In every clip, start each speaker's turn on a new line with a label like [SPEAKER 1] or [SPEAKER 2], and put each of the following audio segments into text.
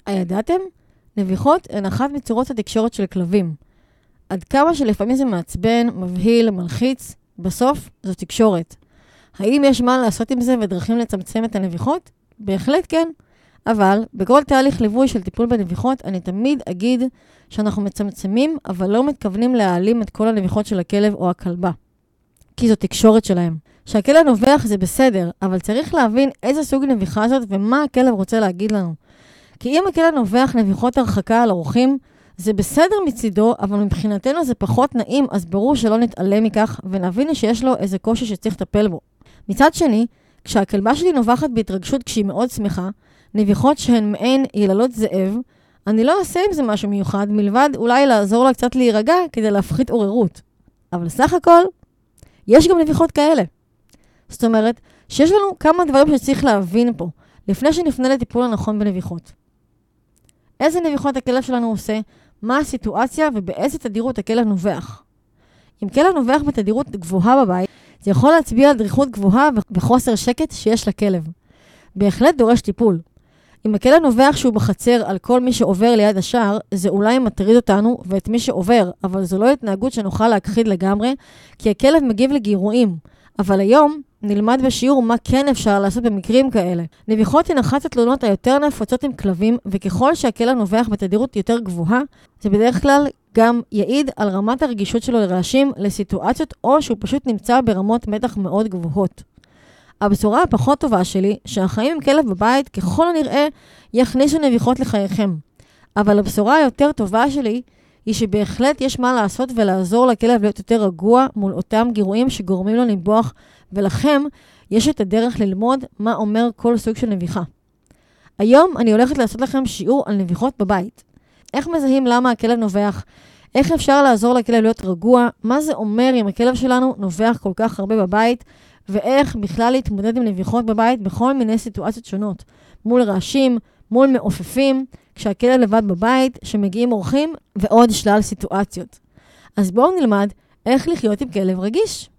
[SPEAKER 1] הידעתם? נביחות הן אחת מצורות התקשורת של כלבים. עד כמה שלפעמים זה מעצבן, מבהיל, מלחיץ, בסוף זו תקשורת. האם יש מה לעשות עם זה ודרכים לצמצם את הנביחות? בהחלט כן. אבל בכל תהליך ליווי של טיפול בנביחות, אני תמיד אגיד שאנחנו מצמצמים, אבל לא מתכוונים להעלים את כל הנביחות של הכלב או הכלבה. כי זו תקשורת שלהם. שהכלב נובח זה בסדר, אבל צריך להבין איזה סוג נביחה זאת ומה הכלב רוצה להגיד לנו. כי אם הכלב נובח נביחות הרחקה על אורחים, זה בסדר מצידו, אבל מבחינתנו זה פחות נעים, אז ברור שלא נתעלם מכך ונבין שיש לו איזה קושי שצריך לטפל בו. מצד שני, כשהכלבה שלי נובחת בהתרגשות כשהיא מאוד שמחה, נביחות שהן מעין יללות זאב, אני לא אעשה עם זה משהו מיוחד, מלבד אולי לעזור לה קצת להירגע כדי להפחית עוררות. אבל סך הכל, יש גם נביחות כאלה. זאת אומרת, שיש לנו כמה דברים שצריך להבין פה, לפני שנפנה לטיפול הנכון בנביחות. איזה נביחות הכלב שלנו עושה, מה הסיטואציה ובאיזה תדירות הכלב נובח. אם כלב נובח בתדירות גבוהה בבית, זה יכול להצביע על דריכות גבוהה וחוסר שקט שיש לכלב. בהחלט דורש טיפול. אם הכלב נובח שהוא בחצר על כל מי שעובר ליד השער, זה אולי מטריד אותנו ואת מי שעובר, אבל זו לא התנהגות שנוכל להכחיד לגמרי, כי הכלב מגיב לגירויים. אבל היום נלמד בשיעור מה כן אפשר לעשות במקרים כאלה. נביחות הן אחת התלונות היותר נפוצות עם כלבים, וככל שהכלב נובח בתדירות יותר גבוהה, זה בדרך כלל גם יעיד על רמת הרגישות שלו לרעשים, לסיטואציות, או שהוא פשוט נמצא ברמות מתח מאוד גבוהות. הבשורה הפחות טובה שלי, שהחיים עם כלב בבית ככל הנראה יכניסו נביחות לחייכם. אבל הבשורה היותר טובה שלי, היא שבהחלט יש מה לעשות ולעזור לכלב להיות יותר רגוע מול אותם גירויים שגורמים לו לנבוח, ולכם יש את הדרך ללמוד מה אומר כל סוג של נביחה. היום אני הולכת לעשות לכם שיעור על נביחות בבית. איך מזהים למה הכלב נובח, איך אפשר לעזור לכלב להיות רגוע, מה זה אומר אם הכלב שלנו נובח כל כך הרבה בבית, ואיך בכלל להתמודד עם נביחות בבית בכל מיני סיטואציות שונות. מול רעשים, מול מעופפים, כשהכלב לבד בבית, שמגיעים אורחים, ועוד שלל סיטואציות. אז בואו נלמד איך לחיות עם כלב רגיש.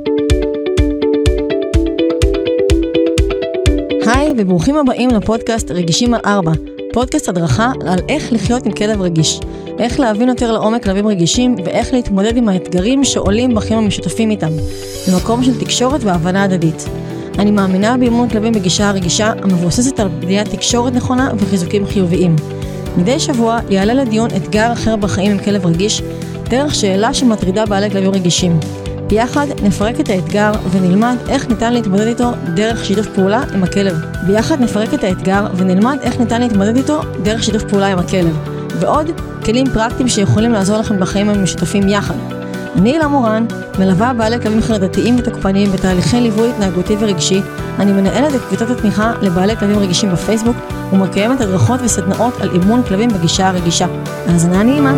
[SPEAKER 1] היי וברוכים הבאים לפודקאסט רגישים על 4, פודקאסט הדרכה על איך לחיות עם כלב רגיש, איך להבין יותר לעומק כלבים רגישים ואיך להתמודד עם האתגרים שעולים בחיים המשותפים איתם, במקום של תקשורת והבנה הדדית. אני מאמינה באימון כלבים בגישה הרגישה המבוססת על בניית תקשורת נכונה וחיזוקים חיוביים. מדי שבוע יעלה לדיון אתגר אחר בחיים עם כלב רגיש, דרך שאלה שמטרידה בעלי כלבים רגישים. ביחד נפרק את האתגר ונלמד איך ניתן להתמודד איתו דרך שיתוף פעולה עם הכלב. ביחד נפרק את האתגר ונלמד איך ניתן להתמודד איתו דרך שיתוף פעולה עם הכלב. ועוד כלים פרקטיים שיכולים לעזור לכם בחיים המשותפים יחד. אני אילה מורן, מלווה בעלי כלבים חרדתיים ותוקפניים בתהליכי ליווי התנהגותי ורגשי. אני מנהלת את קבוצת התמיכה לבעלי כלבים רגישים בפייסבוק ומקיימת הדרכות וסדנאות על אימון כלבים בגישה הרגישה. האזנה נעימה.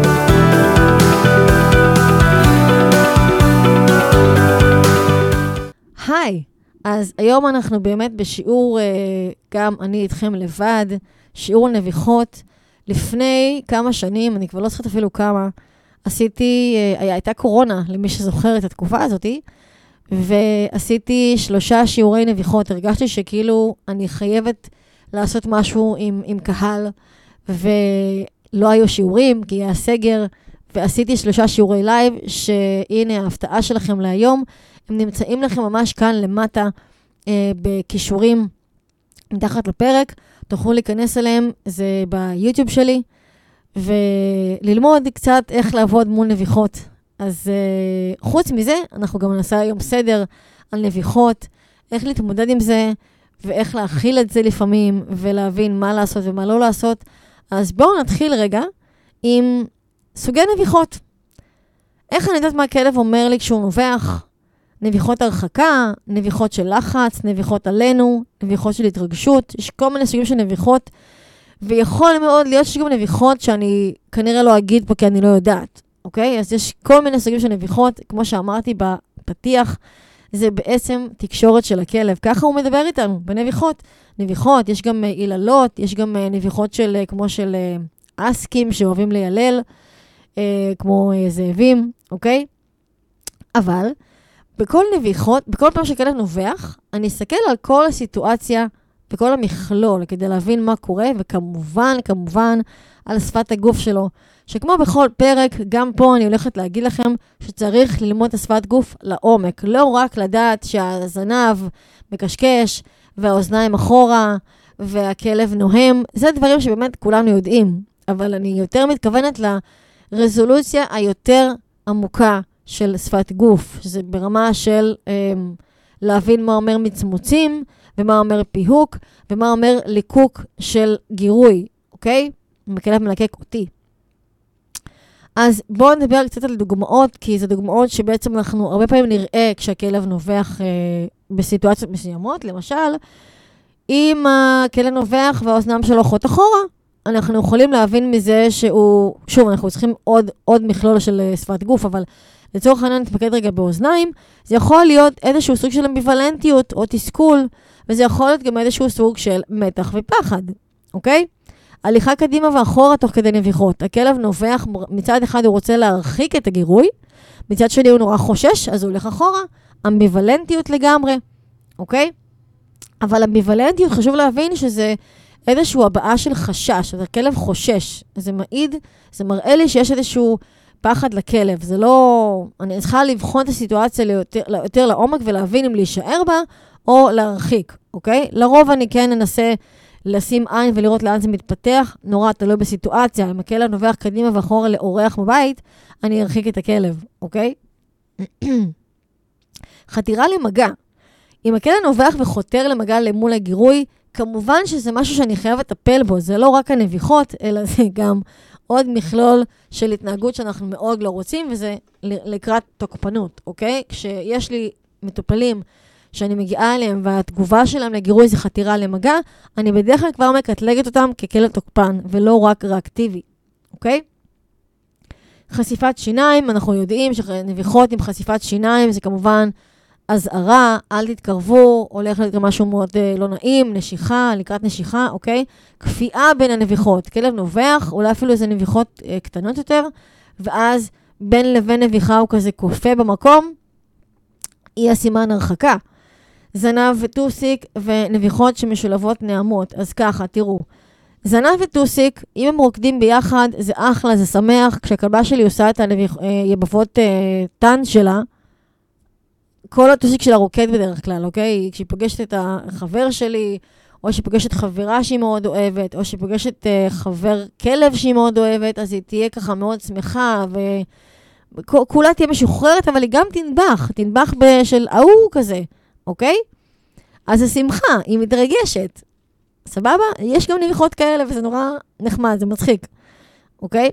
[SPEAKER 1] היי, אז היום אנחנו באמת בשיעור, גם אני איתכם לבד, שיעור נביחות. לפני כמה שנים, אני כבר לא זוכרת אפילו כמה, הייתה קורונה, למי שזוכר את התקופה הזאת, ועשיתי 3 שיעורי נביחות. הרגשתי שכאילו אני חייבת לעשות משהו עם קהל, ולא היו שיעורים, כי היה סגר, ועשיתי 3 שיעורי לייב, שהנה ההפתעה שלכם להיום, הם נמצאים לכם ממש כאן למטה, בקישורים מתחת לפרק, תוכלו להיכנס אליהם, זה ביוטיוב שלי, וללמוד קצת איך לעבוד מול נביחות. אז חוץ מזה, אנחנו גם נעשה היום סדר על נביחות, איך להתמודד עם זה, ואיך להכיל את זה לפעמים, ולהבין מה לעשות ומה לא לעשות. אז בואו נתחיל רגע עם סוגי נביחות. איך אני יודעת מה הכלב אומר לי כשהוא נובח? נביחות הרחקה, נביחות של לחץ, נביחות עלינו, נביחות של התרגשות. יש כל מיני סוגים של נביחות, ויכול מאוד להיות שגם נביחות שאני כנראה לא אגיד פה כי אני לא יודעת, אוקיי? אז יש כל מיני סוגים של נביחות, כמו שאמרתי בפתיח, זה בעצם תקשורת של הכלב. ככה הוא מדבר איתנו, בנביחות. נביחות, יש גם יללות, יש גם נביחות כמו של אסקים שאוהבים לילל, כמו זאבים, אוקיי? אבל בכל נביחות, בכל פעם שכלב נובח, אני אסתכל על כל הסיטואציה וכל המכלול, כדי להבין מה קורה, וכמובן, כמובן, על שפת הגוף שלו. שכמו בכל פרק, גם פה אני הולכת להגיד לכם שצריך ללמוד את השפת גוף לעומק. לא רק לדעת שהזנב מקשקש, והאוזניים אחורה, והכלב נוהם. זה דברים שבאמת כולנו יודעים. אבל אני יותר מתכוונת לרזולוציה היותר עמוקה של שפת גוף. שזה ברמה של להבין מה אומר מצמוצים, ומה אומר פיהוק, ומה אומר ליקוק של גירוי. אוקיי? הכלב מלקק אותי. אז בואו נדבר קצת על דוגמאות, כי זה דוגמאות שבעצם אנחנו הרבה פעמים נראה כשהכלב נובח בסיטואציות מסוימות. למשל, אם הכלב נובח והאוזניים שלו הולכות אחורה, אנחנו יכולים להבין מזה שהוא, שוב, אנחנו צריכים עוד מכלול של שפת גוף, אבל לצורך העניין נתמקד רגע באוזניים, זה יכול להיות איזשהו סוג של אמביוולנטיות או תסכול, וזה יכול להיות גם איזשהו סוג של מתח ופחד, אוקיי? הליכה קדימה ואחורה תוך כדי נביחות. הכלב נובח, מצד אחד הוא רוצה להרחיק את הגירוי, מצד שני הוא נורא חושש, אז הוא הולך אחורה. אמביוולנטיות לגמרי, אוקיי? אבל אמביוולנטיות חשוב להבין שזה איזשהו הבעה של חשש, אז הכלב חושש. זה מעיד, זה מראה לי שיש איזשהו פחד לכלב. זה לא, אני צריכה לבחון את הסיטואציה יותר לעומק ולהבין אם להישאר בה או להרחיק, אוקיי? לרוב אני כן אנסה לשים עין ולראות לאן זה מתפתח, נורא תלוי בסיטואציה. אם הכלב נובח קדימה ואחורה לאורח בבית, אני ארחיק את הכלב, אוקיי? חתירה למגע. אם הכלב נובח וחותר למגע למול הגירוי, כמובן שזה משהו שאני חייב לטפל בו. זה לא רק הנביחות, אלא זה גם עוד מכלול של התנהגות שאנחנו מאוד לא רוצים, וזה לקראת תוקפנות, אוקיי? כשיש לי מטופלים שאני מגיעה אליהם, והתגובה שלהם לגירוי זה חתירה למגע, אני בדרך כלל כבר מקטלגת אותם ככלב תוקפן, ולא רק ריאקטיבי, אוקיי? חשיפת שיניים, אנחנו יודעים שנביחות עם חשיפת שיניים, זה כמובן אזהרה, אל תתקרבו, הולך להיות משהו מאוד לא נעים, נשיכה, לקראת נשיכה, אוקיי? כפייה בין הנביחות, כלב נובח, אולי אפילו איזה נביחות קטנות יותר, ואז בין לבין נביחה הוא כזה קופה במקום, היא הסימן הרחקה. זנב וטוסיק ונביחות שמשולבות נעמות. אז ככה, תראו. זנב וטוסיק, אם הם רוקדים ביחד, זה אחלה, זה שמח. כשהכלבה שלי עושה את היבבות טן שלה, כל הטוסיק שלה רוקד בדרך כלל, אוקיי? כשהיא פוגשת את החבר שלי, או שהיא פוגשת חברה שהיא מאוד אוהבת, או שהיא פוגשת חבר כלב שהיא מאוד אוהבת, אז היא תהיה ככה מאוד שמחה, וכולה תהיה משוחררת, אבל היא גם תנבח של כזה. אוקיי? אז זה שמחה, היא מתרגשת. סבבה? יש גם נביחות כאלה, וזה נורא נחמד, זה מצחיק. אוקיי?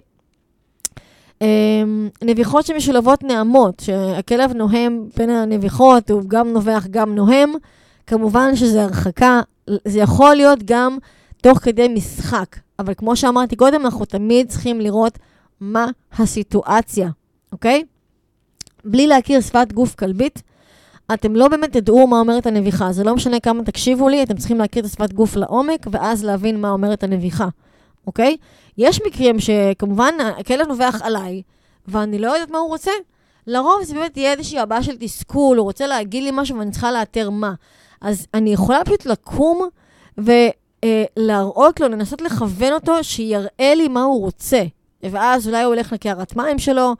[SPEAKER 1] נביחות שמשולבות נעמות, שהכלב נוהם בין הנביחות, הוא גם נובח, גם נוהם. כמובן שזה הרחקה, זה יכול להיות גם תוך כדי משחק. אבל כמו שאמרתי קודם, אנחנו תמיד צריכים לראות מה הסיטואציה. אוקיי? בלי להכיר שפת גוף כלבית, אתם לא באמת תדעו מה אומרת הנביחה. זה לא משנה כמה תקשיבו לי, אתם צריכים להכיר את השפת גוף לעומק, ואז להבין מה אומרת הנביחה. אוקיי? יש מקרים שכמובן הכלב נובח עליי, ואני לא יודעת מה הוא רוצה. לרוב זה באמת יהיה איזושהי הבעה של תסכול, הוא רוצה להגיד לי משהו ואני צריכה לאתר מה. אז אני יכולה פשוט לקום ולהראות לו, לנסות לכוון אותו, שיראה לי מה הוא רוצה. ואז אולי הוא הולך לקערת מים שלו,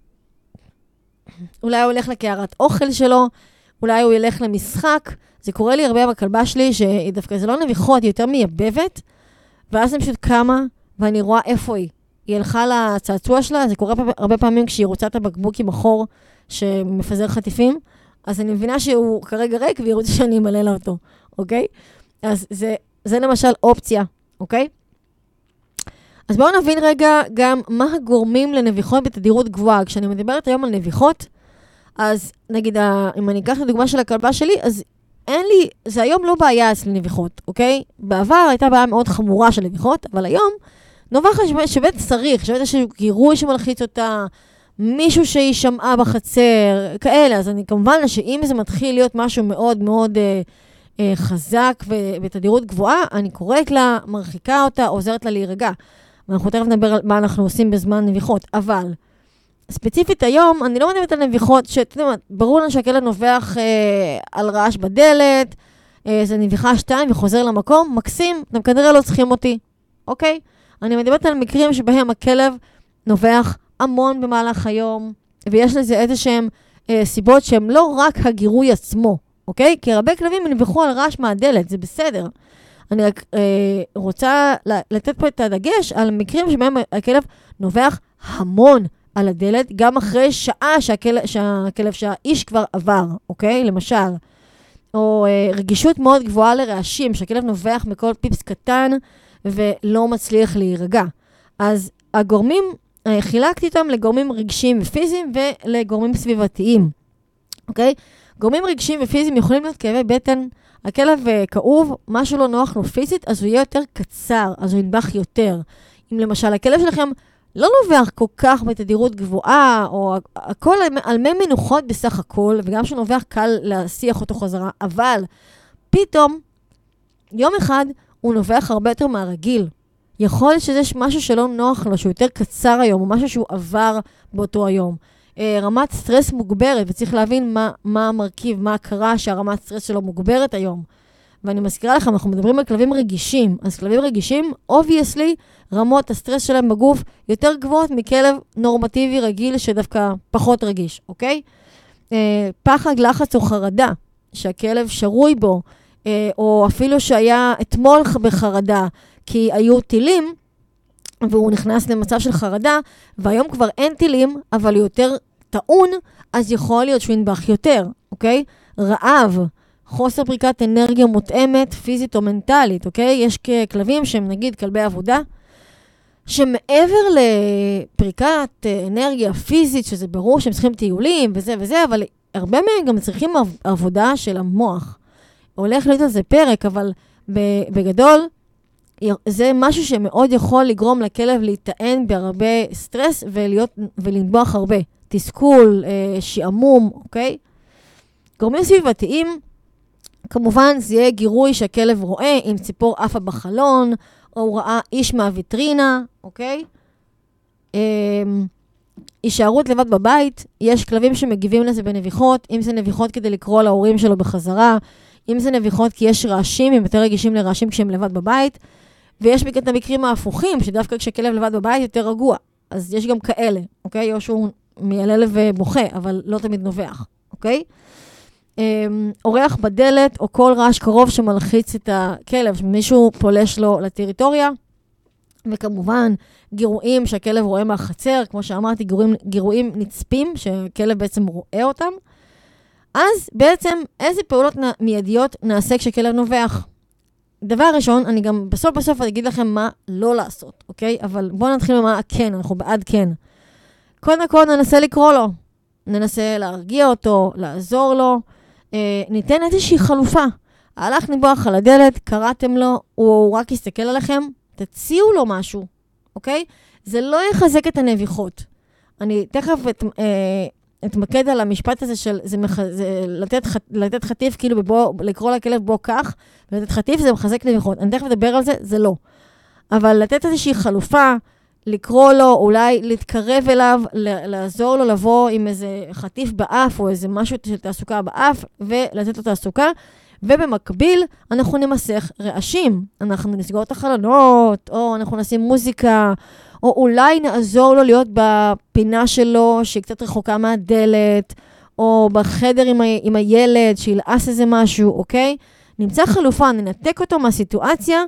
[SPEAKER 1] אולי הוא הולך לקערת אוכל שלו, אולי הוא ילך למשחק. זה קורה לי הרבה בכלבה שלי, שהיא דווקא זה לא נביחות, היא יותר מייבבת, ואז אני פשוט קמה, ואני רואה איפה היא. היא הלכה לצעצוע שלה, זה קורה הרבה פעמים כשהיא רוצה את הבקבוק עם החור שמפזר חטיפים, אז אני מבינה שהוא כרגע ריק, והיא רוצה שאני אמלא לה אותו, אוקיי? אז זה למשל אופציה, אוקיי? אז בואו נבין רגע גם מה הגורמים לנביחות בתדירות גבוהה. כשאני מדברת היום על נביחות, אז נגיד, אם אני אקח את הדוגמה של הכלבה שלי, אז אין לי, זה היום לא בעיה אצל נביחות, אוקיי? בעבר הייתה בעיה מאוד חמורה של נביחות, אבל היום נובח שבית צריך, שבית איזשהו גירוי שמלחיץ אותה, מישהו שהיא שמעה בחצר, כאלה. אז אני כמובן שאם זה מתחיל להיות משהו מאוד מאוד חזק ובתדירות גבוהה, אני קוראת לה, מרחיקה אותה, עוזרת לה להירגע. ואנחנו תכף נדבר על מה אנחנו עושים בזמן נביחות. אבל ספציפית היום, אני לא מדברת על נביחות, ברור לנו שהכלב נובח על רעש בדלת, זה נביחה 2 וחוזר למקום, מקסים, אתם כנראה לא צריכים אותי, אוקיי? אני מדברת על מקרים שבהם הכלב נובח המון במהלך היום, ויש לזה איזשהם סיבות שהן לא רק הגירוי עצמו, אוקיי? כי הרבה כלבים נבחו על רעש מהדלת, זה בסדר. אני רק רוצה לתת פה את הדגש על מקרים שבהם הכלב נובח המון על הדלת, גם אחרי שעה שהאיש כבר עבר, אוקיי? למשל, או רגישות מאוד גבוהה לרעשים, שהכלב נובח מכל פיפס קטן ולא מצליח להירגע. אז הגורמים, חילקתי אותם לגורמים רגשיים ופיזיים ולגורמים סביבתיים, אוקיי? גורמים רגשיים ופיזיים יכולים להיות כאבי בטן, הכלב כאוב, משהו לא נוח לו פיזית, אז הוא יהיה יותר קצר, אז הוא ינבח יותר. אם למשל הכלב שלכם לא נובח כל כך בתדירות גבוהה, או הכל על מי מנוחות בסך הכל, וגם שנובח קל להסיח אותו חזרה, אבל פתאום, יום אחד הוא נובח הרבה יותר מהרגיל. יכול להיות שזה משהו שלא נוח לו, שהוא יותר קצר היום, או משהו שהוא עבר באותו היום. רמת סטרס מוגברת, וצריך להבין מה המרכיב, מה הקרה שהרמת סטרס שלו מוגברת היום. ואני מזכירה לכם, אנחנו מדברים על כלבים רגישים. אז כלבים רגישים, obviously, רמות הסטרס שלהם בגוף יותר גבוהות מכלב נורמטיבי רגיל שדווקא פחות רגיש, אוקיי? פחד, לחץ או חרדה, שהכלב שרוי בו, או אפילו שהיה אתמול בחרדה, כי היו טילים, והוא נכנס למצב של חרדה, והיום כבר אין טילים, אבל יותר טעון, אז יכול להיות שהוא ינבח יותר, אוקיי? רעב, חוסר פריקת אנרגיה מותאמת, פיזית או מנטלית, אוקיי? יש כלבים שהם נגיד כלבי עבודה, שמעבר לפריקת אנרגיה פיזית, שזה ברור שהם צריכים טיולים וזה וזה, אבל הרבה מהם גם צריכים עבודה של המוח. הולך להיות על זה פרק, אבל בגדול, זה משהו שמאוד יכול לגרום לכלב להיטען בהרבה סטרס ולנבוח הרבה. תסכול, שעמום, אוקיי? גורמים סביבתיים, כמובן זה יהיה גירוי שהכלב רואה עם ציפור אפה בחלון, או הוא ראה איש מהוויטרינה, אוקיי? הישארות לבד בבית, יש כלבים שמגיבים לזה בנביחות, אם זה נביחות כדי לקרוא להורים שלו בחזרה, אם זה נביחות כי יש רעשים, הם יותר רגישים לרעשים כשהם לבד בבית, ויש את המקרים ההפוכים, שדווקא כשכלב לבד בבית יותר רגוע. אז יש גם כאלה, אוקיי? או שהוא מיילל ובוכה, אבל לא תמיד נובח, אוקיי? אורח בדלת, או כל רעש קרוב שמלחיץ את הכלב, שמישהו פולש לו לטריטוריה, וכמובן, גירויים שהכלב רואה מהחצר, כמו שאמרתי, גירויים נצפים, שהכלב בעצם רואה אותם. אז בעצם, איזה פעולות מיידיות נעשה כשכלב נובח? דבר ראשון, אני גם בסוף אגיד לכם מה לא לעשות, אוקיי? אבל בואו נתחיל במה כן, אנחנו בעד כן. קודם כל ננסה לקרוא לו, ננסה להרגיע אותו, לעזור לו, ניתן איזושהי חלופה. הלך נבוח על הדלת, קראתם לו, הוא רק יסתכל עליכם, תציעו לו משהו, אוקיי? זה לא יחזק את הנביחות. אני תכף אתמקד על המשפט הזה של זה לתת חטיף, כאילו לקרוא לכלב בו כך, ולתת חטיף זה מחזק נביחות. אני תכף אדבר על זה, זה לא. אבל לתת איזושהי חלופה, לקרוא לו, אולי להתקרב אליו, לעזור לו לבוא עם איזה חטיף באף, או איזה משהו של תעסוקה באף, ולתת לו תעסוקה, ובמקביל אנחנו נמסך רעשים. אנחנו נסגור את החלונות, או אנחנו נשים מוזיקה, או אולי נעזור לו להיות בפינה שלו, שהיא קצת רחוקה מהדלת, או בחדר עם הילד, שילעס איזה משהו, אוקיי? נמצא חלופה, ננתק אותו מהסיטואציה,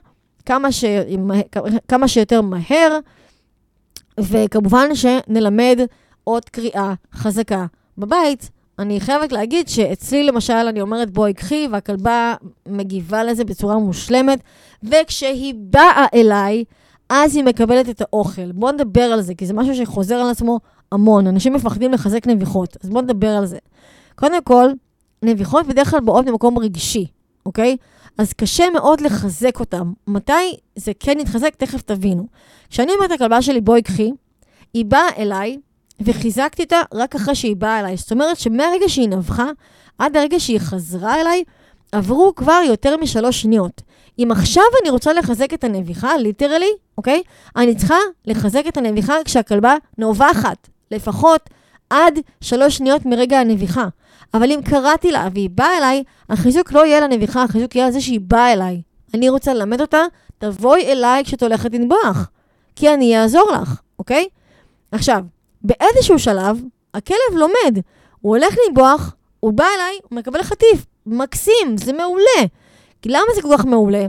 [SPEAKER 1] כמה שיותר מהר, וכמובן שנלמד עוד קריאה חזקה בבית. אני חייבת להגיד שאצלי למשל אני אומרת בואי קחי, והכלבה מגיבה לזה בצורה מושלמת, וכשהיא באה אליי, אז היא מקבלת את האוכל. בואו נדבר על זה, כי זה משהו שחוזר על עצמו המון. אנשים מפחדים לחזק נביחות, אז בואו נדבר על זה. קודם כל, נביחות בדרך כלל באות במקום רגשי, אוקיי? אז קשה מאוד לחזק אותם. מתי זה כן יתחזק? תכף תבינו. כשאני אומרת הכלבה שלי בואי קחי, היא באה אליי, וחיזקתי אותה רק אחרי שהיא באה אליי. זאת אומרת שמהרגע שהיא נבחה, עד הרגע שהיא חזרה אליי, עברו כבר יותר מ3 שניות. אם עכשיו אני רוצה לחזק את הנביחה, ליטרלי, אוקיי? אני צריכה לחזק את הנביחה כשהכלבה נובחת. לפחות עד 3 שניות מרגע הנביחה. אבל אם קראתי לה והיא באה אליי, החיזוק לא יהיה לנביחה, החיזוק יהיה על זה שהיא באה אליי. אני רוצה ללמד אותה, תבואי אליי כשאת הולכת לנבוח, כי אני אעזור לך, אוקיי? עכשיו, באיזשהו שלב, הכלב לומד, הוא הולך לנבוח, הוא בא אליי, הוא מקבל חטיף, מקסים, זה מעולה. כי למה זה כל כך מעולה?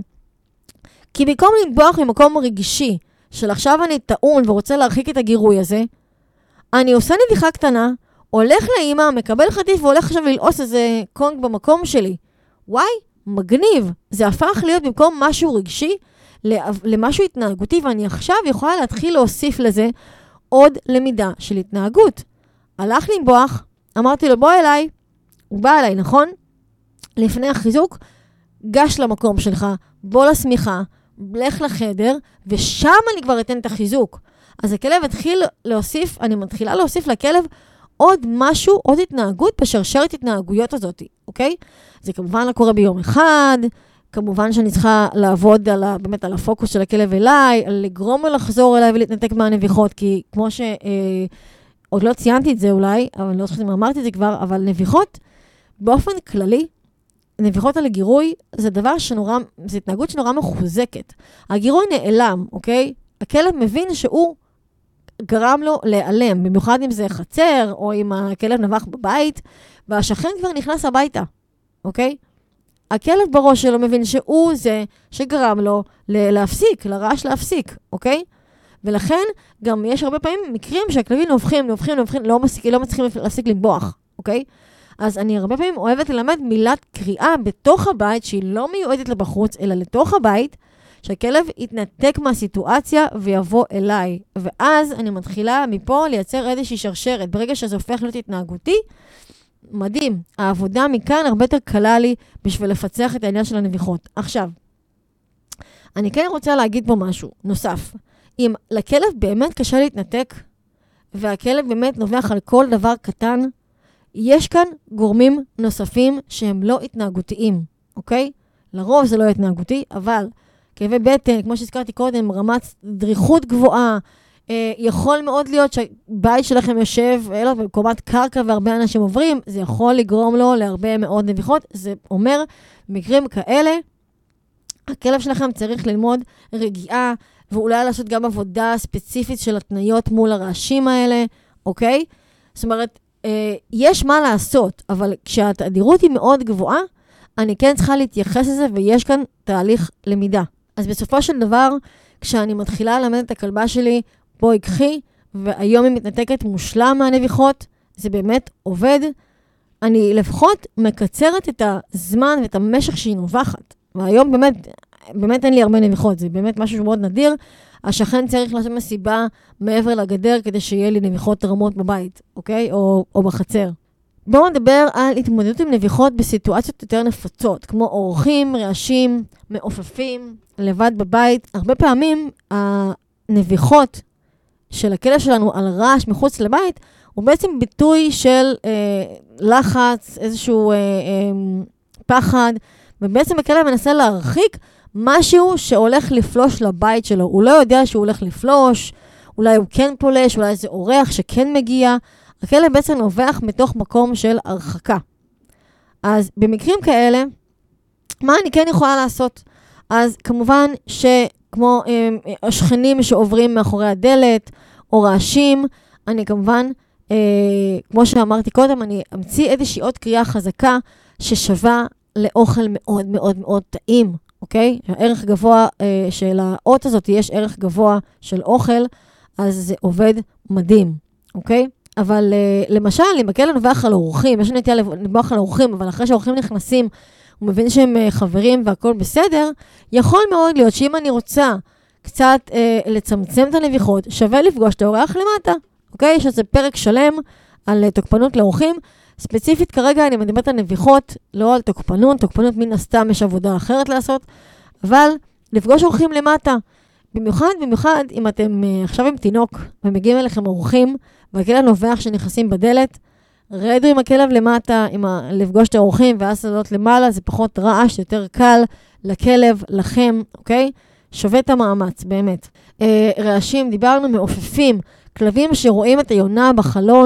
[SPEAKER 1] כי במקום לנבוח ממקום רגשי, של עכשיו אני טעון ורוצה להרחיק את הגירוי הזה, אני עושה נביחה קטנה, הולך לאמא, מקבל חטיף והולך עכשיו ללעוס איזה קונג במקום שלי. וואי, מגניב. זה הפך להיות במקום משהו רגשי למשהו התנהגותי, ואני עכשיו יכולה להתחיל להוסיף לזה עוד למידה של התנהגות. הלך לנבוח, אמרתי לו בוא אליי, הוא בא אליי, נכון? לפני החיזוק, גש למקום שלך, בוא לשמיכה, לך לחדר, ושם אני כבר אתן את החיזוק. אז הכלב התחיל להוסיף, אני מתחילה להוסיף לכלב עוד משהו, עוד התנהגות בשרשרת התנהגויות הזאת, אוקיי? זה כמובן לא קורה ביום אחד, כמובן שאני צריכה לעבוד באמת על הפוקוס של הכלב אליי, לגרום לו לחזור אליי ולהתנתק מהנביחות, כי כמו עוד לא ציינתי את זה אולי, אבל אני לא חושבת אם אמרתי את זה כבר, אבל נביחות, באופן כללי, נביחות על הגירוי, זה זה התנהגות שנורא מחוזקת. הגירוי נעלם, אוקיי? הכלב מבין שהוא גרם לו להיעלם, במיוחד אם זה חצר, או אם הכלב נבח בבית, והשכן כבר נכנס הביתה, אוקיי? הכלב בראש שלו מבין שהוא זה שגרם לו להפסיק, לרעש להפסיק, אוקיי? ולכן גם יש הרבה פעמים מקרים שהכלבים נובחים, לא מצליחים להפסיק לנבוח, אוקיי? אז אני הרבה פעמים אוהבת ללמד מילת קריאה בתוך הבית, שהיא לא מיועדת לבחוץ, אלא לתוך הבית, שהכלב יתנתק מהסיטואציה ויבוא אליי. ואז אני מתחילה מפה לייצר איזושהי שרשרת. ברגע שזה הופך להיות התנהגותי, מדהים. העבודה מכאן הרבה יותר קלה לי בשביל לפצח את העניין של הנביחות. עכשיו, אני כן רוצה להגיד פה משהו נוסף. אם לכלב באמת קשה להתנתק, והכלב באמת נובח על כל דבר קטן, יש כאן גורמים נוספים שהם לא התנהגותיים, אוקיי? לרוב זה לא התנהגותי, אבל כאבי בטן, כמו שהזכרתי קודם, רמת דריכות גבוהה, יכול מאוד להיות שהבית שלכם יושב במקומת קרקע והרבה אנשים עוברים, זה יכול לגרום לו להרבה מאוד נביחות. זה אומר, במקרים כאלה, הכלב שלכם צריך ללמוד רגיעה, ואולי לעשות גם עבודה ספציפית של התניות מול הרעשים האלה, אוקיי? זאת אומרת, יש מה לעשות, אבל כשהתדירות היא מאוד גבוהה, אני כן צריכה להתייחס לזה, ויש כאן תהליך למידה. אז בסופו של דבר, כשאני מתחילה ללמד את הכלבה שלי, בואי קחי, והיום היא מתנתקת מושלם מהנביחות, זה באמת עובד. אני לפחות מקצרת את הזמן ואת המשך שהיא נובחת. והיום באמת אין לי הרבה נביחות, זה באמת משהו מאוד נדיר. השכן צריך לעשות מסיבה מעבר לגדר, כדי שיהיה לי נביחות רמות בבית, אוקיי? או בחצר. בואו נדבר על התמודדות עם נביחות בסיטואציות יותר נפוצות, כמו אורחים, רעשים, מעופפים, לבד בבית. הרבה פעמים הנביחות של הכלב שלנו על רעש מחוץ לבית, הוא בעצם ביטוי של לחץ, איזשהו פחד, ובעצם הכלב מנסה להרחיק משהו שהולך לפלוש לבית שלו. הוא לא יודע שהוא הולך לפלוש, אולי הוא כן פולש, אולי זה אורח שכן מגיע. הכלב בעצם נובח מתוך מקום של הרחקה. אז במקרים כאלה, מה אני כן יכולה לעשות? אז כמובן שכמו השכנים שעוברים מאחורי הדלת, או רעשים, אני כמובן, כמו שאמרתי קודם, אני אמציא איזושהי עוד קריאה חזקה, ששווה לאוכל מאוד מאוד מאוד טעים, אוקיי? הערך גבוה של האות הזאת, יש ערך גבוה של אוכל, אז זה עובד מדהים, אוקיי? אבל למשל, אם הכלב נובח על אורחים, יש נטייה לנבוח על אורחים, אבל אחרי שהאורחים נכנסים, הוא מבין שהם חברים והכל בסדר, יכול מאוד להיות שאם אני רוצה קצת לצמצם את הנביחות, שווה לפגוש את האורח למטה, אוקיי? יש איזה פרק שלם על תוקפנות לאורחים, ספציפית כרגע אני מדברת על נביחות, לא על תוקפנות, תוקפנות מן הסתם יש עבודה אחרת לעשות, אבל לפגוש אורחים למטה, במיוחד אם אתם עכשיו עם תינוק ומגיעים אליכם אורחים, והכלב נובח שנכנסים בדלת, רדו עם הכלב למטה, לפגוש את האורחים ואז לעלות למעלה, זה פחות רעש, יותר קל לכלב, לכם, אוקיי? שווה את המאמץ, באמת. רעשים, דיברנו מעופפים, כלבים שרואים את היונה בחלון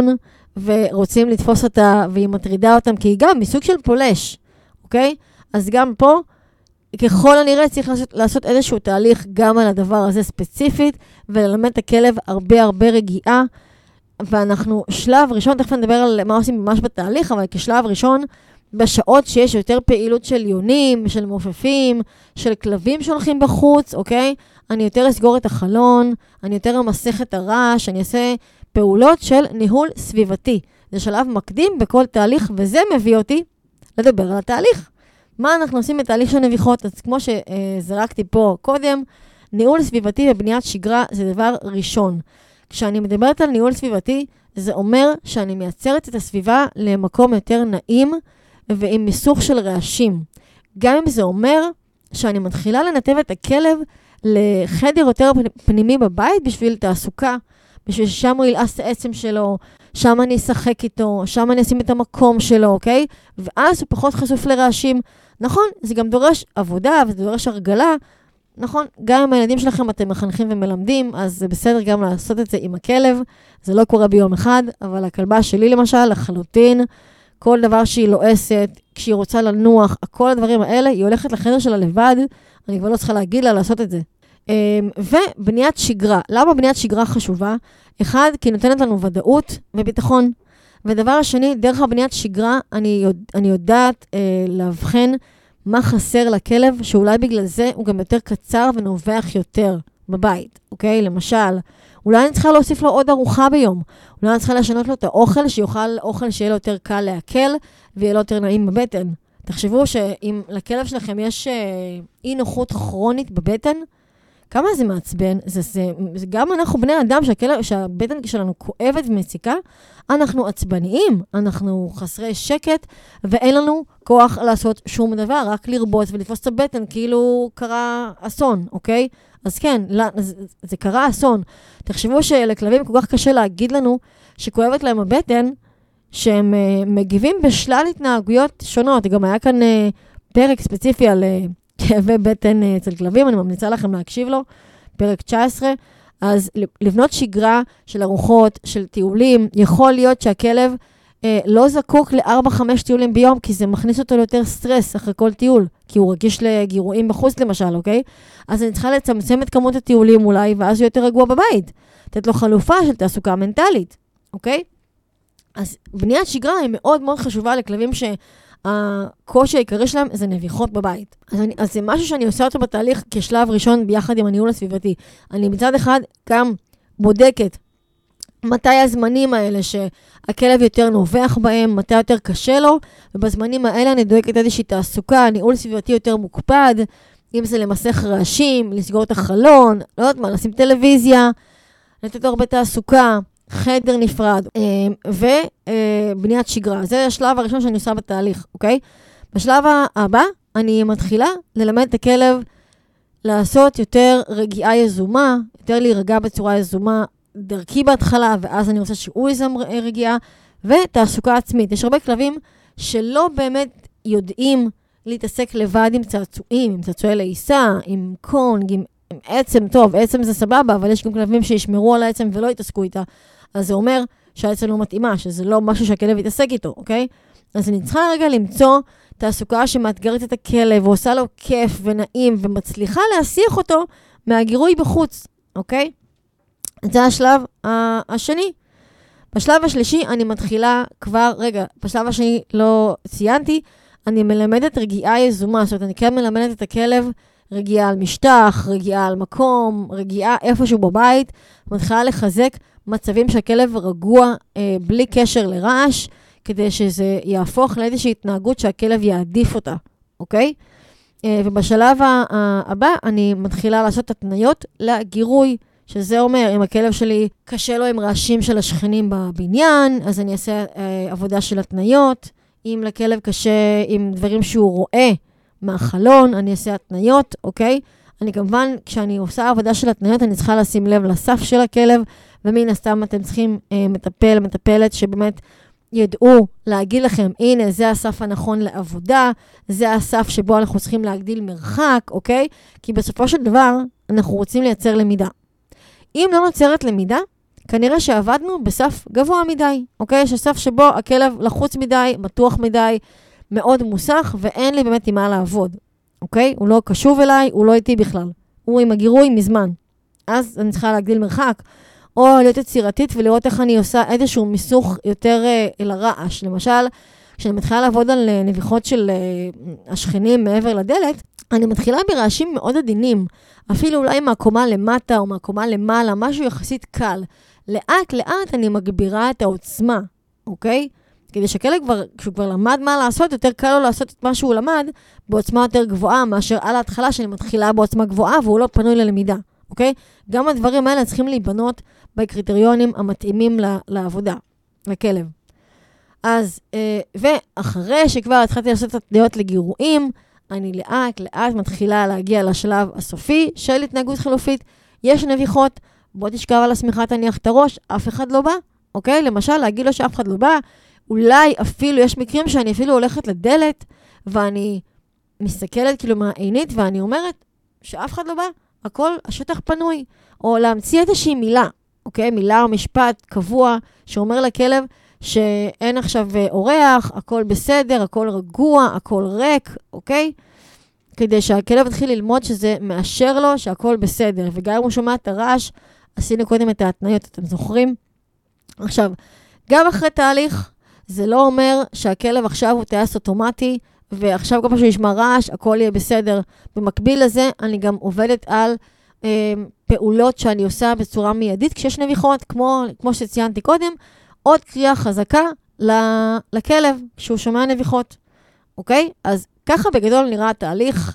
[SPEAKER 1] ורוצים לתפוס אותה, והיא מטרידה אותם, כי היא גם מסוג של פולש, אוקיי? אז גם פה, ככל הנראה צריך לעשות איזשהו תהליך גם על הדבר הזה ספציפית, וללמד את הכלב הרבה רגיעה, ואנחנו שלב ראשון, תכף נדבר על מה עושים ממש בתהליך, אבל כשלב ראשון, בשעות שיש יותר פעילות של יונים, של מופפים, של כלבים שהולכים בחוץ, אוקיי? אני יותר אסגור את החלון, אני יותר אמסך את הרעש, אני אעשה פעולות של ניהול סביבתי. זה שלב מקדים בכל תהליך, וזה מביא אותי לדבר על התהליך. מה אנחנו עושים בתהליך של נביחות? אז כמו שזרקתי פה קודם, ניהול סביבתי ובניית שגרה זה דבר ראשון. כשאני מדברת על ניהול סביבתי, זה אומר שאני מייצרת את הסביבה למקום יותר נעים ועם מיסוך של רעשים. גם אם זה אומר שאני מתחילה לנתב את הכלב לחדר יותר פנימי בבית בשביל תעסוקה, בשביל ששם הוא ילעס את העצם שלו, שם אני אשחק איתו, שם אני אשים את המקום שלו, אוקיי? ואז הוא פחות חשוף לרעשים. נכון, זה גם דורש עבודה וזה דורש הרגלה, נכון, גם עם הילדים שלכם אתם מחנכים ומלמדים, אז זה בסדר גם לעשות את זה עם הכלב, זה לא קורה ביום אחד, אבל הכלבה שלי למשל, לחלוטין, כל דבר שהיא לועסת, כשהיא רוצה לנוח, כל הדברים האלה, היא הולכת לחדר שלה לבד, אני כבר לא צריכה להגיד לה לעשות את זה. ובניית שגרה, למה בניית שגרה חשובה? אחד, כי נותנת לנו ודאות וביטחון, ודבר השני, דרך הבניית שגרה, אני יודעת להבחן מה חסר לכלב, שאולי בגלל זה הוא גם יותר קצר ונובח יותר בבית, אוקיי? למשל, אולי אני צריכה להוסיף לו עוד ארוחה ביום, אולי אני צריכה לשנות לו את האוכל, שיוכל אוכל שיהיה לו יותר קל להקל, ויהיה לו יותר נעים בבטן. תחשבו שאם לכלב שלכם יש אי נוחות כרונית בבטן, כמה זה מעצבן? זה גם אנחנו בני אדם שהבטן שלנו כואבת ומציקה, אנחנו עצבניים, אנחנו חסרי שקט, ואין לנו כוח לעשות שום דבר, רק לרבוץ ולתפוס את הבטן, כאילו קרה אסון, אוקיי? אז כן, זה קרה אסון. תחשבו שלכלבים כל כך קשה להגיד לנו שכואבת להם הבטן, שהם מגיבים בשלל התנהגויות שונות. גם היה כאן פרק ספציפי על כאבי בטן אצל כלבים, אני ממליצה לכם להקשיב לו, פרק 19. אז לבנות שגרה של ארוחות, של טיולים, יכול להיות שהכלב לא זקוק ל4-5 טיולים ביום, כי זה מכניס אותו ליותר סטרס אחרי כל טיול, כי הוא רגיש לגירויים בחוץ למשל, אוקיי? אז אני צריכה לצמצם את כמות הטיולים אולי, ואז הוא יותר רגוע בבית. לתת לו חלופה של תעסוקה מנטלית, אוקיי? אז בניית שגרה היא מאוד מאוד חשובה לכלבים שהקושי העיקרי שלהם זה נביחות בבית. אז זה משהו שאני עושה אותו בתהליך כשלב ראשון ביחד עם הניהול הסביבתי. אני מצד אחד גם בודקת מתי הזמנים האלה שהכלב יותר נובח בהם, מתי יותר קשה לו, ובזמנים האלה אני דואגת איזושהי תעסוקה, ניהול סביבתי יותר מוקפד, אם זה למסך רעשים, לסגור את החלון, לא יודעת מה, לשים טלוויזיה, לתת הרבה תעסוקה, חדר נפרד, ובניית שגרה. זה השלב הראשון שאני עושה בתהליך, אוקיי? בשלב הבא, אני מתחילה ללמד את הכלב לעשות יותר רגיעה יזומה, יותר להירגע בצורה יזומה, דרכי בהתחלה, ואז אני רוצה שהוא יזם רגיעה, ותעסוקה עצמית. יש הרבה כלבים שלא באמת יודעים להתעסק לבד עם צעצועים, עם צעצועי לעיסה, עם קונג, עם עצם. טוב, עצם זה סבבה, אבל יש גם כלבים שישמרו על העצם ולא יתעסקו איתה. אז זה אומר שהעצם לא מתאימה, שזה לא משהו שהכלב יתעסק איתו, אוקיי? אז אני צריכה רגע למצוא תעסוקה שמאתגרת את הכלב, ועושה לו כיף ונעים, ומצליחה להסיח אותו מהגירוי בחוץ, אוקיי? זה השלב השני. בשלב השלישי אני מתחילה כבר, בשלב השני לא ציינתי, אני מלמדת רגיעה יזומה, זאת אומרת, אני כן מלמדת את הכלב רגיעה על משטח, רגיעה על מקום, רגיעה איפשהו בבית, מתחילה לחזק מצבים שהכלב רגוע בלי קשר לרעש, כדי שזה יהפוך לאיזושהי התנהגות שהכלב יעדיף אותה, אוקיי? ובשלב הבא אני מתחילה לעשות התניות לגירוי, שזה אומר, אם הכלב שלי קשה לו עם רעשים של השכנים בבניין, אז אני אעשה עבודה של התניות. אם לכלב קשה עם דברים שהוא רואה מהחלון, אני אעשה התניות, אוקיי? אני כמובן, כשאני עושה עבודה של התניות, אני צריכה לשים לב לסף של הכלב, ומן הסתם אתם צריכים מטפלת שבאמת ידעו להגיד לכם, הנה, זה הסף הנכון לעבודה, זה הסף שבו אנחנו צריכים להגדיל מרחק, אוקיי? כי בסופו של דבר, אנחנו רוצים לייצר למידה. אם לא נוצרת למידה, כנראה שעבדנו בסף גבוה מדי, אוקיי? שסף שבו הכלב לחוץ מדי, מתוח מדי, מאוד מוסך, ואין לי באמת עם מה לעבוד, אוקיי? הוא לא קשוב אליי, הוא לא איתי בכלל. הוא עם הגירוי מזמן. אז אני צריכה להגדיל מרחק, או להיות יצירתית ולראות איך אני עושה איזשהו מיסוך יותר לרעש. למשל, כשאני מתחילה לעבוד על נביחות של השכנים מעבר לדלת, אני מתחילה ברעשים מאוד עדינים, אפילו אולי מהקומה למטה או מהקומה למעלה, משהו יחסית קל. לאט לאט אני מגבירה את העוצמה, אוקיי? כדי שכלב כשהוא כבר למד מה לעשות, יותר קל לו לעשות את מה שהוא למד בעוצמה יותר גבוהה, מאשר על ההתחלה שאני מתחילה בעוצמה גבוהה והוא לא פנוי ללמידה, אוקיי? גם הדברים האלה צריכים להיבנות בקריטריונים המתאימים לעבודה, לכלב. אז, ואחרי שכבר התחלתי לעשות את התניות לגירויים, אני לאט לאט מתחילה להגיע לשלב הסופי של התנהגות חלופית. יש נביחות, בוא תשכב על השמיכה, תניח את הראש, אף אחד לא בא, אוקיי? למשל, להגיד לו שאף אחד לא בא, אולי אפילו, יש מקרים שאני אפילו הולכת לדלת, ואני מסתכלת כאילו מהעינית, ואני אומרת שאף אחד לא בא, הכל, השטח פנוי. או להמציא איזושהי מילה, אוקיי? מילה או משפט קבוע, שאומר לכלב שאין עכשיו אורח, הכל בסדר, הכל רגוע, הכל ריק, אוקיי? כדי שהכלב יתחיל ללמוד שזה מאשר לו שהכל בסדר. וגם אם הוא שומע את הרעש, עשינו קודם את ההתניות, אתם זוכרים? עכשיו, גם אחרי תהליך, זה לא אומר שהכלב עכשיו הוא טייס אוטומטי, ועכשיו כל פעם שהוא ישמע רעש, הכל יהיה בסדר. במקביל לזה, אני גם עובדת על פעולות שאני עושה בצורה מיידית, כשיש נביחות, כמו שציינתי קודם, עוד קריאה חזקה לכלב, כשהוא שומע נביחות. אוקיי? אז ככה בגדול נראה התהליך.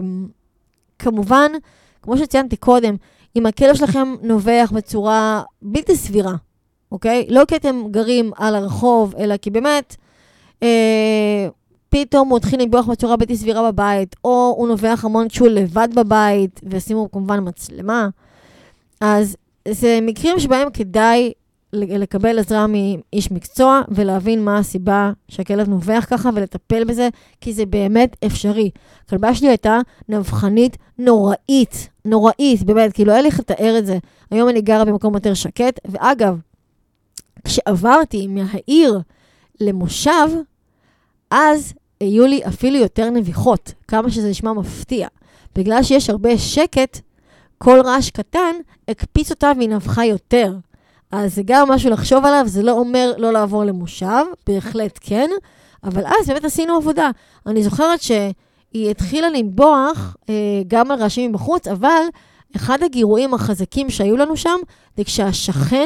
[SPEAKER 1] כמובן, כמו שציינתי קודם, אם הכלב שלכם נובח בצורה בלתי סבירה, אוקיי? לא כי אתם גרים על הרחוב, אלא כי באמת פתאום הוא התחיל לנבוח בצורה בלתי סבירה בבית, או הוא נובח המון כשהוא לבד בבית, ושימו כמובן מצלמה. אז זה מקרים שבהם כדאי לקבל עזרה מאיש מקצוע, ולהבין מה הסיבה שהכלב נובח ככה, ולטפל בזה, כי זה באמת אפשרי. הכלבה שלי הייתה נבחנית נוראית, באמת, כאילו היה לי לתאר את זה. היום אני גרה במקום יותר שקט, ואגב, כשעברתי מהעיר למושב, אז היו לי אפילו יותר נביחות, כמה שזה נשמע מפתיע. בגלל שיש הרבה שקט, כל רעש קטן הקפיץ אותה והיא נבחה יותר. אז זה גם משהו לחשוב עליו, זה לא אומר לא לעבור למושב, בהחלט כן, אבל אז באמת עשינו עבודה. אני זוכרת שהיא התחילה לנבוח גם על רעשים מבחוץ, אבל אחד הגירויים החזקים שהיו לנו שם, זה כשהשכן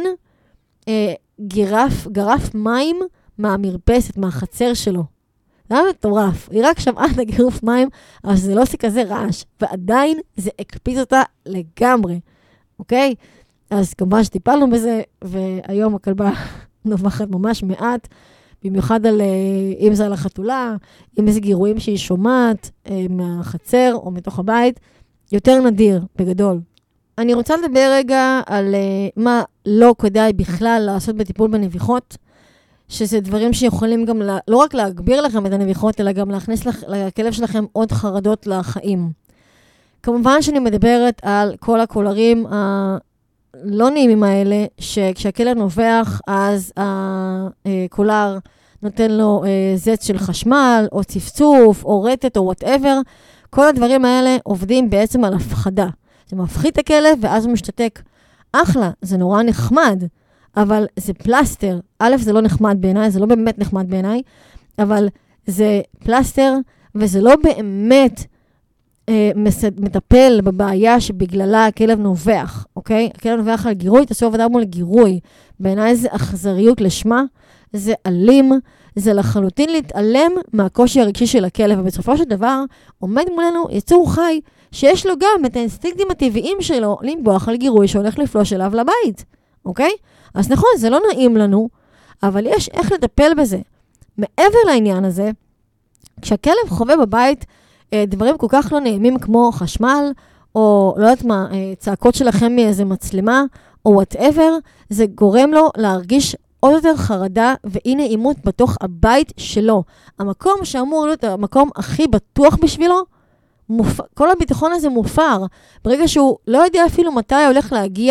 [SPEAKER 1] גרף מים מהמרפסת, מהחצר שלו. זה היה מטורף. היא רק שמעה את הגירוף מים, אבל זה לא עושה כזה רעש, ועדיין זה הקפיץ אותה לגמרי. אוקיי? אז כמובן שטיפלנו בזה, והיום הכלבה נובחת ממש מעט, במיוחד אם זה על החתולה, אם איזה גירויים שהיא שומעת מהחצר או מתוך הבית, יותר נדיר בגדול. אני רוצה לדבר רגע על מה לא כדאי בכלל לעשות בטיפול בנביחות, שזה דברים שיכולים גם לא רק להגביר לכם את הנביחות, אלא גם להכניס לכלב שלכם עוד חרדות לחיים. כמובן שאני מדברת על כל הקולרים לא נעימים האלה, שכשהכלב נובח, אז הקולר נותן לו זץ של חשמל, או צפצוף, או רטט, או whatever. כל הדברים האלה עובדים בעצם על הפחדה. זה מפחית את הכלב, ואז הוא משתתק. אחלה, זה נורא נחמד, אבל זה פלסטר. א', זה לא נחמד בעיניי, זה לא באמת נחמד בעיניי, אבל זה פלסטר, וזה לא באמת מטפל בבעיה שבגללה הכלב נובח, אוקיי? הכלב נובח על גירוי, תעשו עבודה מול גירוי. בעיניי זה אכזריות לשמה, זה אלים, זה לחלוטין להתעלם מהקושי הרגשי של הכלב, ובסופו של דבר עומד מולנו יצור חי, שיש לו גם את האינסטינקטים הטבעיים שלו לנבוח על גירוי שהולך לפלוש אליו לבית, אוקיי? אז נכון, זה לא נעים לנו, אבל יש איך לטפל בזה. מעבר לעניין הזה, כשהכלב חווה בבית דברים כל כך לא נעימים כמו חשמל, או לא יודעת מה, צעקות שלכם מאיזה מצלמה, או whatever, זה גורם לו להרגיש עוד יותר חרדה ואי נעימות בתוך הבית שלו. המקום שאמור להיות המקום הכי בטוח בשבילו, כל הביטחון הזה מופר. ברגע שהוא לא יודע אפילו מתי הולך להגיע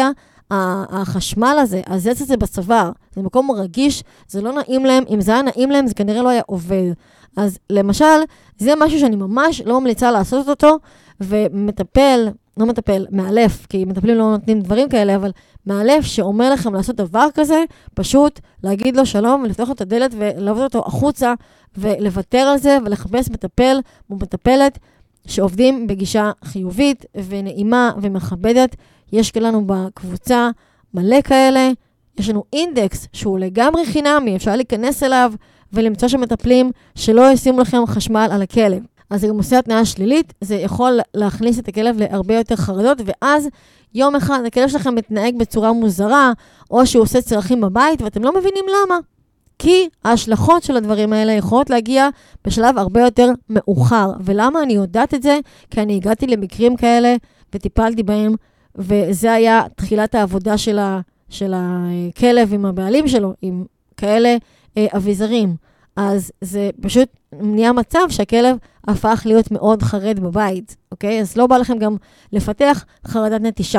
[SPEAKER 1] החשמל הזה, הזץ הזה בצוואר, זה מקום רגיש, זה לא נעים להם, אם זה היה נעים להם, זה כנראה לא היה עובד. אז למשל, זה משהו שאני ממש לא ממליצה לעשות אותו, ומטפל, לא מטפל, מאלף, כי מטפלים לא נותנים דברים כאלה, אבל מאלף שאומר לכם לעשות דבר כזה, פשוט להגיד לו שלום, ולפתוח את הדלת ולעבוד אותו החוצה, ולוותר על זה, ולחפש מטפל ומטפלת, שעובדים בגישה חיובית ונעימה ומכבדת. יש לנו בקבוצה מלא כאלה, יש לנו אינדקס שהוא לגמרי חינמי, אפשר להיכנס אליו ולמצוא שמטפלים שלא ישימו לכם חשמל על הכלב. אז זה גם עושה התנאה שלילית, זה יכול להכניס את הכלב להרבה יותר חרדות, ואז יום אחד הכלב שלכם מתנהג בצורה מוזרה, או שהוא עושה צרכים בבית, ואתם לא מבינים למה. כי ההשלכות של הדברים האלה יכולות להגיע בשלב הרבה יותר מאוחר. ולמה אני יודעת את זה? כי אני הגעתי למקרים כאלה וטיפלתי בהם, וזה היה תחילת העבודה של הכלב עם הבעלים שלו, עם כאלה אביזרים. אז זה פשוט נהיה מצב שהכלב הפך להיות מאוד חרד בבית, אוקיי? אז לא בא לכם גם לפתח חרדת נטישה.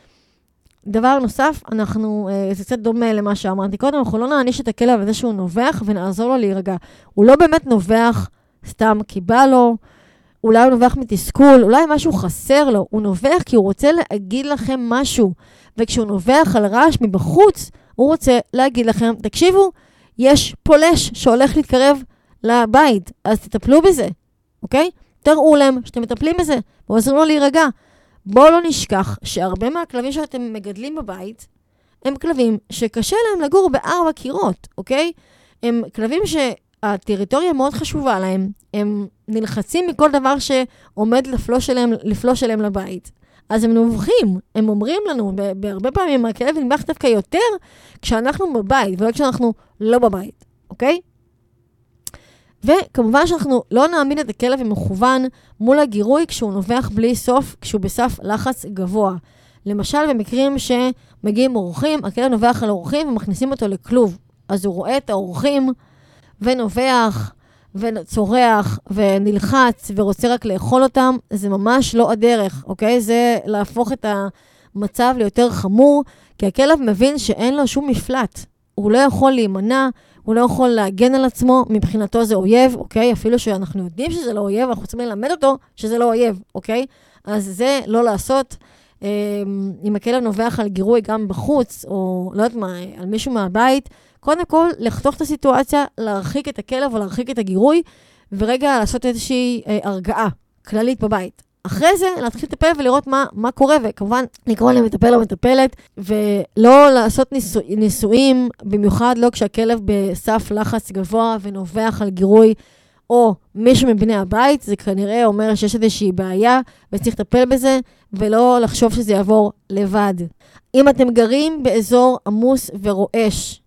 [SPEAKER 1] דבר נוסף, זה קצת דומה למה שאמרתי קודם, אנחנו לא נעניש את הכלב הזה שהוא נובח ונעזור לו להירגע. הוא לא באמת נובח סתם כי בא לו, אולי הוא נובח מתסכול, אולי משהו חסר לו, הוא נובח כי הוא רוצה להגיד לכם משהו, וכשהוא נובח על רעש מבחוץ, הוא רוצה להגיד לכם, תקשיבו, יש פולש שהולך להתקרב לבית, אז תטפלו בזה, אוקיי? תראו להם שאתם מטפלים בזה, ועוזרים לו להירגע. בואו לא נשכח שהרבה מהכלבים שאתם מגדלים בבית, הם כלבים שקשה להם לגור ב4 קירות, אוקיי? הם כלבים שהטריטוריה מאוד חשובה להם, הם נלחצים מכל דבר שעומד לפלוש אליהם לבית. אז הם נובחים, הם אומרים לנו, בהרבה פעמים הכלב נמח דווקא יותר כשאנחנו בבית, ולא כשאנחנו לא בבית, אוקיי? וכמובן שאנחנו לא נעמיד את הכלב במכוון מול הגירוי כשהוא נובח בלי סוף, כשהוא בסף לחץ גבוה. למשל, במקרים שמגיעים אורחים, הכלב נובח על אורחים ומכניסים אותו לכלוב. אז הוא רואה את האורחים ונובח וצורח ונלחץ ורוצה רק לאכול אותם. זה ממש לא הדרך, אוקיי? זה להפוך את המצב ליותר חמור, כי הכלב מבין שאין לו שום מפלט. הוא לא יכול להימנע, הוא לא יכול להגן על עצמו, מבחינתו זה אויב, אוקיי? אפילו שאנחנו יודעים שזה לא אויב, אנחנו צריכים ללמד אותו שזה לא אויב, אוקיי? אז זה לא לעשות. אם הכלב נובח על גירוי גם בחוץ, או לא יודעת מה, על מישהו מהבית, קודם כל, לחתוך את הסיטואציה, להרחיק את הכלב או להרחיק את הגירוי, ורגע לעשות איזושהי הרגעה כללית בבית. אחרי זה, להתחיל לטפל ולראות מה קורה, וכמובן, לקרוא למטפל או מטפלת, ולא לעשות ניסויים, במיוחד לא כשהכלב בסף לחץ גבוה ונובח על גירוי, או מישהו מבני הבית, זה כנראה אומר שיש איזושהי בעיה, וצריך לטפל בזה, ולא לחשוב שזה יעבור לבד. אם אתם גרים באזור עמוס ורועש,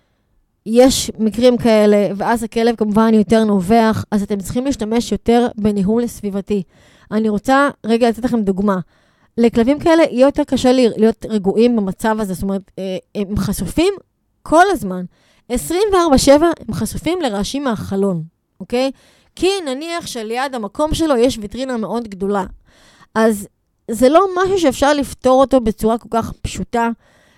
[SPEAKER 1] יש מקרים כאלה, ואז הכלב כמובן יותר נובח, אז אתם צריכים להשתמש יותר בניהול סביבתי. אני רוצה רגע לתת לכם דוגמה. לכלבים כאלה יהיה יותר קשה להיות רגועים במצב הזה, זאת אומרת, הם חשופים כל הזמן. 24/7 הם חשופים לרעשים מהחלון, אוקיי? כי נניח שליד המקום שלו יש ויטרינה מאוד גדולה. אז זה לא משהו שאפשר לפתור אותו בצורה כל כך פשוטה,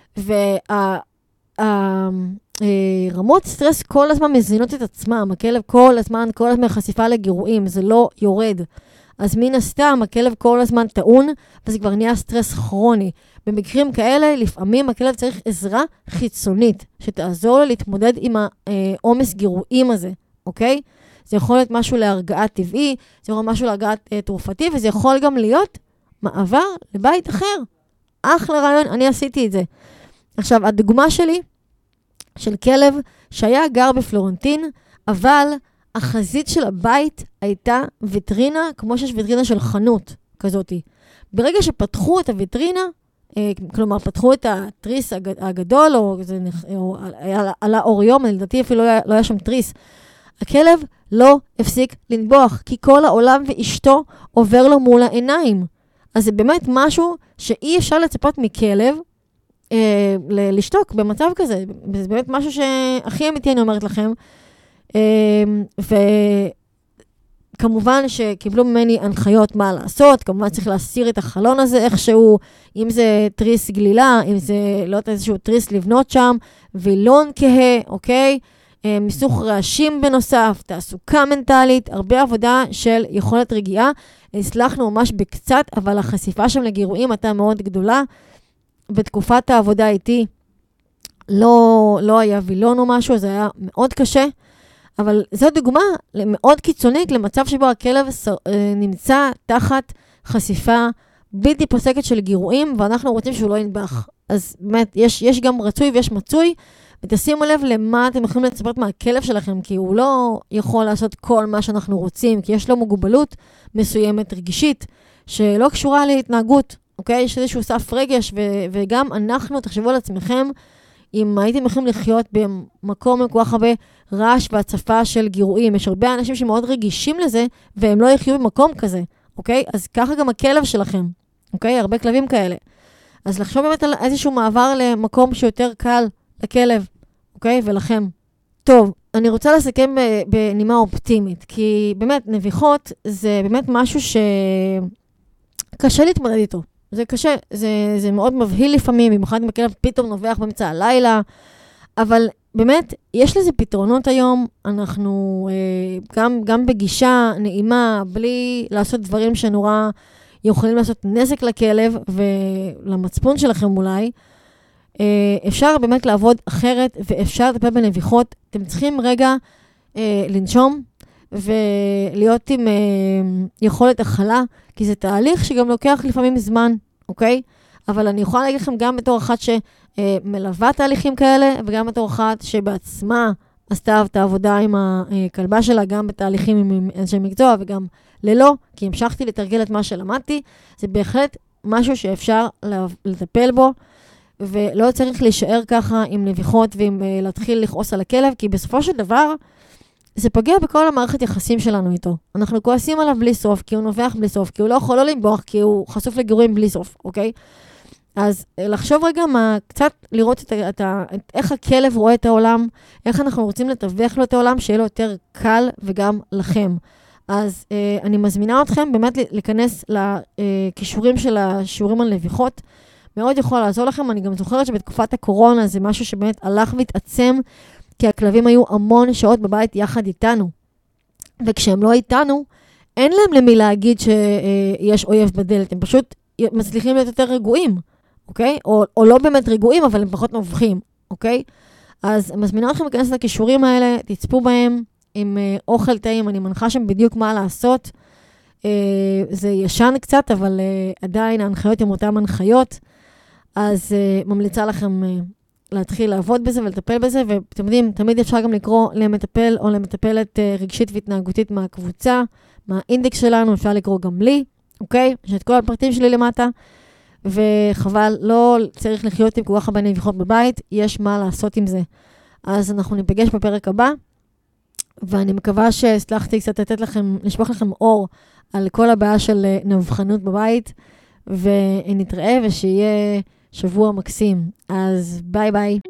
[SPEAKER 1] רמות סטרס כל הזמן מזינות את עצמם, הכלב כל הזמן חשיפה לגירויים, זה לא יורד. אז מן הסתם, הכלב כל הזמן טעון, וזה כבר נהיה סטרס כרוני. במקרים כאלה, לפעמים הכלב צריך עזרה חיצונית, שתעזור לו להתמודד עם העומס גירויים הזה, אוקיי? זה יכול להיות משהו להרגעה טבעי, זה יכול להיות משהו להרגעה תרופתי, וזה יכול גם להיות מעבר לבית אחר. אחלה רעיון, אני עשיתי את זה. עכשיו, הדוגמה שלי, של כלב שהיה גר בפלורנטין, אבל החזית של הבית הייתה ויטרינה, כמו שיש ויטרינה של חנות כזאת. ברגע שפתחו את הוויטרינה, כלומר, פתחו את התריס הגדול, או עלה אור יום, לדעתי אפילו לא היה שם תריס, הכלב לא הפסיק לנבוח, כי כל העולם ואשתו עובר לו מול העיניים. אז זה באמת משהו שאי אפשר לצפות מכלב, לשתוק במצב כזה. זה באמת משהו שהכי אמיתי אני אומרת לכם. כמובן שקיבלו ממני הנחיות מה לעשות, כמובן צריך להסיר את החלון הזה איכשהו, אם זה תריס גלילה, אם זה לא יודעת איזשהו תריס לבנות שם, וילון כהה, אוקיי? מיסוך רעשים בנוסף, תעסוקה מנטלית, הרבה עבודה של יכולת רגיעה. הצלחנו ממש בקצת, אבל החשיפה שם לגירויים הייתה מאוד גדולה. בתקופת העבודה איתי לא היה וילון או משהו, זה היה מאוד קשה. אבל זו דוגמה מאוד קיצונית למצב שבו הכלב נמצא תחת חשיפה בלתי פוסקת של גירויים, ואנחנו רוצים שהוא לא ינבח. אז באמת, יש גם רצוי ויש מצוי, ותשימו לב למה אתם יכולים לצפות מהכלב שלכם, כי הוא לא יכול לעשות כל מה שאנחנו רוצים, כי יש לו מוגבלות מסוימת רגשית, שלא קשורה להתנהגות, אוקיי? יש איזשהו סף רגש, וגם אנחנו, תחשבו על עצמכם, אם הייתם יכולים לחיות במקום עם כל כך הרבה רעש והצפה של גירויים, יש הרבה אנשים שמאוד רגישים לזה, והם לא יחיו במקום כזה, אוקיי? אז ככה גם הכלב שלכם, אוקיי? הרבה כלבים כאלה. אז לחשוב באמת על איזשהו מעבר למקום שיותר קל לכלב, אוקיי? ולכם. טוב, אני רוצה לסכם בנימה אופטימית, כי באמת נביחות זה באמת משהו שקשה להתמודד איתו. זה קשה, זה מאוד מבהיל לפעמים, במיוחד אם הכלב פתאום נובח באמצע הלילה, אבל באמת יש לזה פתרונות היום, אנחנו גם בגישה נעימה, בלי לעשות דברים שנורא יכולים לעשות נזק לכלב ולמצפון שלכם אולי, אפשר באמת לעבוד אחרת ואפשר לטפל בנביחות. אתם צריכים רגע לנשום ולהיות עם יכולת הכלה, כי זה תהליך שגם לוקח לפעמים זמן, אוקיי? אבל אני יכולה להגיד לכם גם בתור אחת שמלווה תהליכים כאלה, וגם בתור אחת שבעצמה עשתה את העבודה עם הכלבה שלה, גם בתהליכים עם אנשי מקצוע וגם ללא, כי המשכתי לתרגל את מה שלמדתי. זה בהחלט משהו שאפשר לטפל בו, ולא צריך להישאר ככה עם נביחות ועם להתחיל לכעוס על הכלב, כי בסופו של דבר זה פוגע בכל המערכת יחסים שלנו איתו. אנחנו כועסים עליו בלי סוף, כי הוא נובח בלי סוף, כי הוא לא יכול לא לנבוח, כי הוא חשוף לגירויים בלי סוף, אוקיי? אז לחשוב רגע קצת לראות איך הכלב רואה את העולם, איך אנחנו רוצים לתווך לו את העולם, שיהיה לו יותר קל וגם לכם. אז אני מזמינה אתכם באמת להיכנס לקישורים של השיעורים על נביחות, מאוד יכול לעזור לכם. אני גם זוכרת שבתקופת הקורונה זה משהו שבאמת הלך והתעצם, כי הכלבים היו המון שעות בבית יחד איתנו. וכשהם לא איתנו, אין להם למי להגיד שיש אויב בדלת. הם פשוט מצליחים להיות יותר רגועים, אוקיי? או לא באמת רגועים, אבל הם פחות נובחים, אוקיי? אז מזמינה לכם להיכנס לקישורים האלה, תצפו בהם עם אוכל טעים, אני מנחה שם בדיוק מה לעשות. זה ישן קצת, אבל עדיין ההנחיות הם אותם הנחיות. אז ממליצה לכם להתחיל לעבוד בזה ולטפל בזה, ואתם יודעים, תמיד אפשר גם לקרוא למטפל או למטפלת רגשית והתנהגותית מהקבוצה, מהאינדקס שלנו, אפשר לקרוא גם לי, אוקיי? יש את כל הפרטים שלי למטה, וחבל, לא צריך לחיות עם כל כך הרבה נביחות בבית, יש מה לעשות עם זה. אז אנחנו ניפגש בפרק הבא, ואני מקווה שהצלחתי קצת לתת לכם, לשפוך לכם אור על כל הבעיה של נבחנות בבית, ונתראה ושיהיה שבוע מקסים. אז ביי ביי.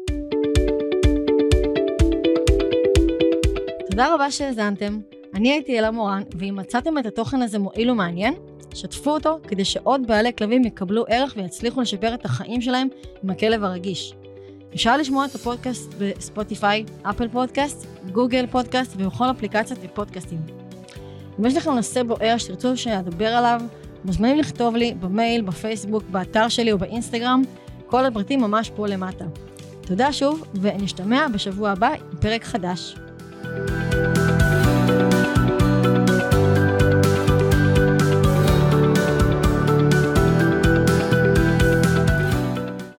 [SPEAKER 1] תודה רבה שהאזנתם. אני הייתי אלה מורן, ואם מצאתם את התוכן הזה מועיל ומעניין, שתפו אותו כדי שעוד בעלי כלבים יקבלו ערך ויצליחו לשפר את החיים שלהם עם הכלב הרגיש. אפשר לשמוע את הפודקאסט בספוטיפיי, אפל פודקאסט, גוגל פודקאסט ובכל אפליקציות ופודקאסטים. אם יש לכם נושא בוער שתרצו שאדבר עליו, מוזמנים לכתוב לי במייל, בפייסבוק, באתר שלי או באינסטגרם, כל הפרטים ממש פה למטה. תודה שוב, ונשתמע בשבוע הבא עם פרק חדש.